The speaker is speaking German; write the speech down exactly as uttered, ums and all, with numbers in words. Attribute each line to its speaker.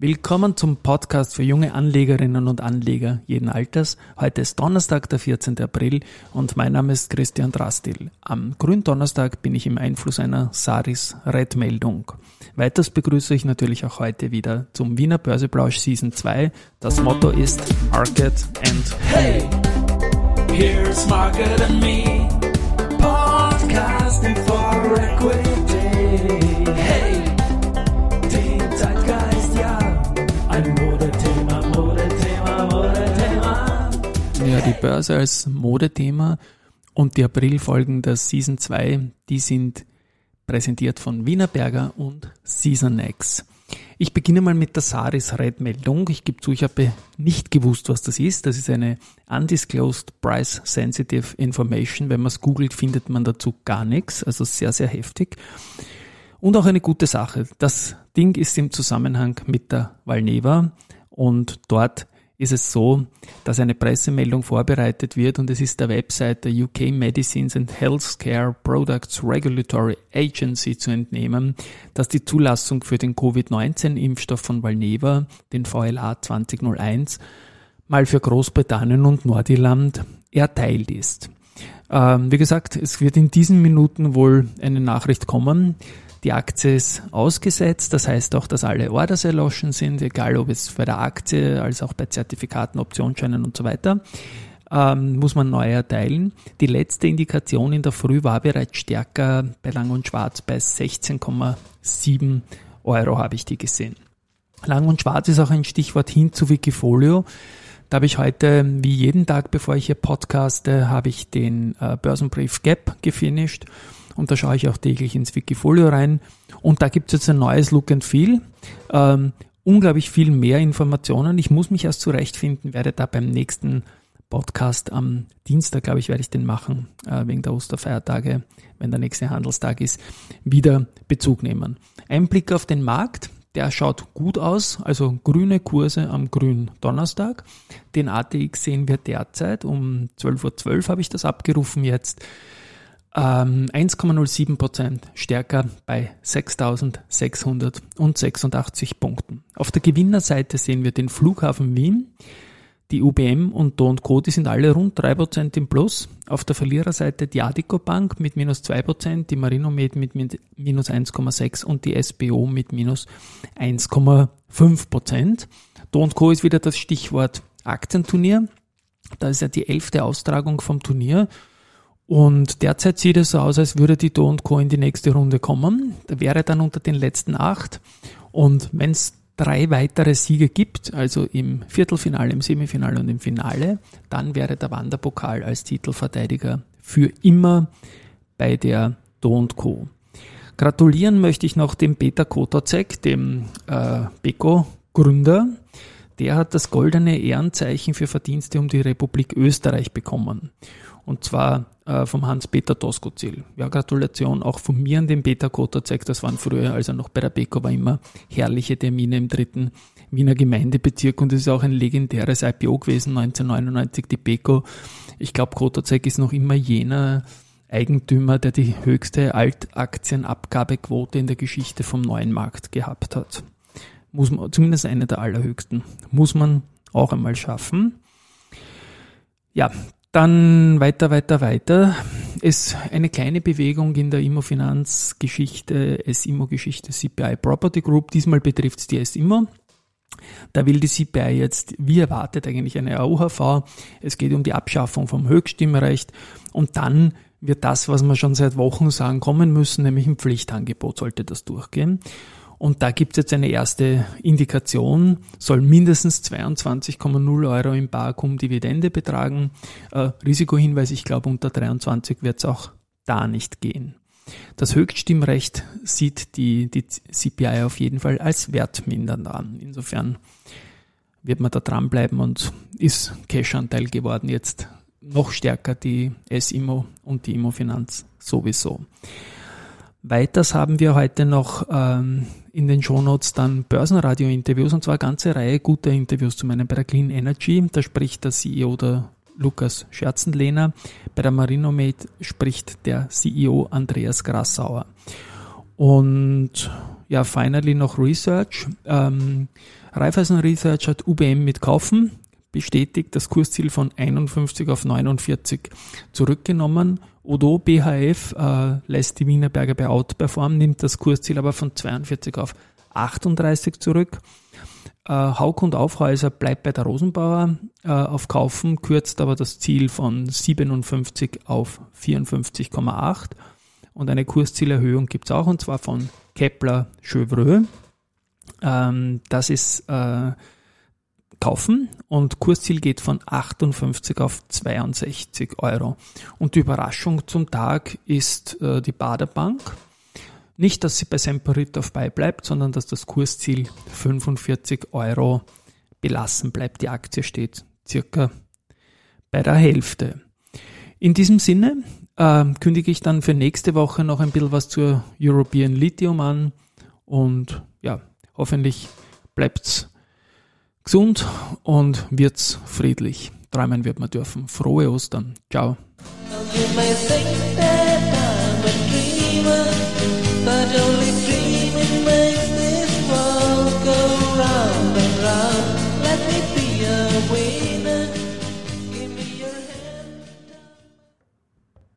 Speaker 1: Willkommen zum Podcast für junge Anlegerinnen und Anleger jeden Alters. Heute ist Donnerstag, der vierzehnten April und mein Name ist Christian Drastil. Am Gründonnerstag bin ich im Einfluss einer Saris-Red-Meldung. Weiters begrüße ich natürlich auch heute wieder zum Wiener Börseplausch Season zwei. Das Motto ist Market and
Speaker 2: Hey, here's Market and Me, Podcasting for Equity. Hey, den Zeitgeist, ja, ein Modethema, Modethema, Modethema.
Speaker 1: Ja, die Börse als Modethema und die Aprilfolgen der Season zwei, die sind präsentiert von Wienerberger und Seasonex. Ich beginne mal mit der Saris-Red-Meldung. Ich gebe zu, ich habe nicht gewusst, was das ist. Das ist eine Undisclosed Price Sensitive Information. Wenn man es googelt, findet man dazu gar nichts. Also sehr, sehr heftig. Und auch eine gute Sache. Das Ding ist im Zusammenhang mit der Valneva und dort ist es so, dass eine Pressemeldung vorbereitet wird und es ist der Website der U K Medicines and Healthcare Products Regulatory Agency zu entnehmen, dass die Zulassung für den Covid neunzehn Impfstoff von Valneva, den V L A zwanzig null eins, mal für Großbritannien und Nordirland erteilt ist. Ähm, wie gesagt, es wird in diesen Minuten wohl eine Nachricht kommen. Die Aktie ist ausgesetzt, das heißt auch, dass alle Orders erloschen sind, egal ob es bei der Aktie als auch bei Zertifikaten, Optionsscheinen und so weiter, ähm, muss man neu erteilen. Die letzte Indikation in der Früh war bereits stärker bei Lang und Schwarz, bei sechzehn Komma sieben Euro habe ich die gesehen. Lang und Schwarz ist auch ein Stichwort hin zu Wikifolio. Da habe ich heute, wie jeden Tag, bevor ich hier podcaste, habe ich den äh, Börsenbrief Gap gefinisht. Und da schaue ich auch täglich ins Wikifolio rein. Und da gibt es jetzt ein neues Look and Feel. Ähm, unglaublich viel mehr Informationen. Ich muss mich erst zurechtfinden, werde da beim nächsten Podcast am Dienstag, glaube ich, werde ich den machen, äh, wegen der Osterfeiertage, wenn der nächste Handelstag ist, wieder Bezug nehmen. Ein Blick auf den Markt, der schaut gut aus, also grüne Kurse am grünen Donnerstag. Den A T X sehen wir derzeit, um zwölf Uhr zwölf habe ich das abgerufen jetzt, eins Komma null sieben Prozent stärker bei sechstausendsechshundertsechsundachtzig Punkten. Auf der Gewinnerseite sehen wir den Flughafen Wien, die U B M und Do und Co., die sind alle rund drei Prozent im Plus. Auf der Verliererseite die Addiko Bank mit minus zwei Prozent, die Marinomed mit minus eins Komma sechs und die S B O mit minus eins Komma fünf Prozent. Do und Co. ist wieder das Stichwort Aktienturnier. Da ist ja die elfte Austragung vom Turnier. Und derzeit sieht es so aus, als würde die Do und Co. in die nächste Runde kommen. Da wäre dann unter den letzten acht. Und wenn es drei weitere Siege gibt, also im Viertelfinale, im Semifinale und im Finale, dann wäre der Wanderpokal als Titelverteidiger für immer bei der Do und Co. Gratulieren möchte ich noch dem Peter Kotacek, dem äh, Beko-Gründer. Der hat das goldene Ehrenzeichen für Verdienste um die Republik Österreich bekommen. Und zwar äh, vom Hans-Peter Doskozil. Ja, Gratulation auch von mir an den Peter Kotacek. Das waren früher, als er noch bei der Beko war, immer herrliche Termine im dritten Wiener Gemeindebezirk. Und es ist auch ein legendäres I P O gewesen, neunzehnhundertneunundneunzig, die Beko. Ich glaube, Kotacek ist noch immer jener Eigentümer, der die höchste Altaktienabgabequote in der Geschichte vom neuen Markt gehabt hat. Muss man, zumindest eine der allerhöchsten. Muss man auch einmal schaffen. Ja, dann weiter, weiter, weiter. Es eine kleine Bewegung in der Immofinanz-Geschichte, S-Immo-Geschichte, C P I Property Group. Diesmal betrifft es die S-Immo. Da will die C P I jetzt, wie erwartet, eigentlich eine A U H V. Es geht um die Abschaffung vom Höchststimmrecht. Und dann wird das, was wir schon seit Wochen sagen, kommen müssen, nämlich ein Pflichtangebot sollte das durchgehen. Und da gibt es jetzt eine erste Indikation, soll mindestens zweiundzwanzig Komma null Euro im Bar cum Dividende betragen. Äh, Risikohinweis, ich glaube unter dreiundzwanzig wird es auch da nicht gehen. Das Höchststimmrecht sieht die, die C P I auf jeden Fall als wertmindernd an. Insofern wird man da dranbleiben und ist Cash-Anteil geworden jetzt noch stärker die S-Immo und die Immofinanz sowieso. Weiters haben wir heute noch ähm, in den Shownotes dann Börsenradio-Interviews und zwar eine ganze Reihe guter Interviews zu meinen bei der Clean Energy. Da spricht der C E O der Lukas Scherzenlehner. Bei der Marinomed spricht der C E O Andreas Grassauer. Und ja, finally noch Research. Ähm, Raiffeisen Research hat U B M mit Kaufen bestätigt, das Kursziel von einundfünfzig auf neunundvierzig zurückgenommen. Odo B H F äh, lässt die Wienerberger bei Outperform, nimmt das Kursziel aber von zweiundvierzig auf achtunddreißig zurück. Äh, Hauck und Aufhäuser bleibt bei der Rosenbauer äh, auf Kaufen, kürzt aber das Ziel von siebenundfünfzig auf vierundfünfzig Komma acht. Und eine Kurszielerhöhung gibt es auch, und zwar von Kepler Chevreux. Ähm, das ist äh, Kaufen, und Kursziel geht von achtundfünfzig auf zweiundsechzig Euro. Und die Überraschung zum Tag ist äh, die Baader Bank. Nicht, dass sie bei Semperit beibleibt, sondern dass das Kursziel fünfundvierzig Euro belassen bleibt. Die Aktie steht circa bei der Hälfte. In diesem Sinne äh, kündige ich dann für nächste Woche noch ein bisschen was zur European Lithium an, und ja, hoffentlich bleibt's gesund und wird's friedlich. Träumen wird man dürfen. Frohe Ostern. Ciao.
Speaker 3: Let me be a winner.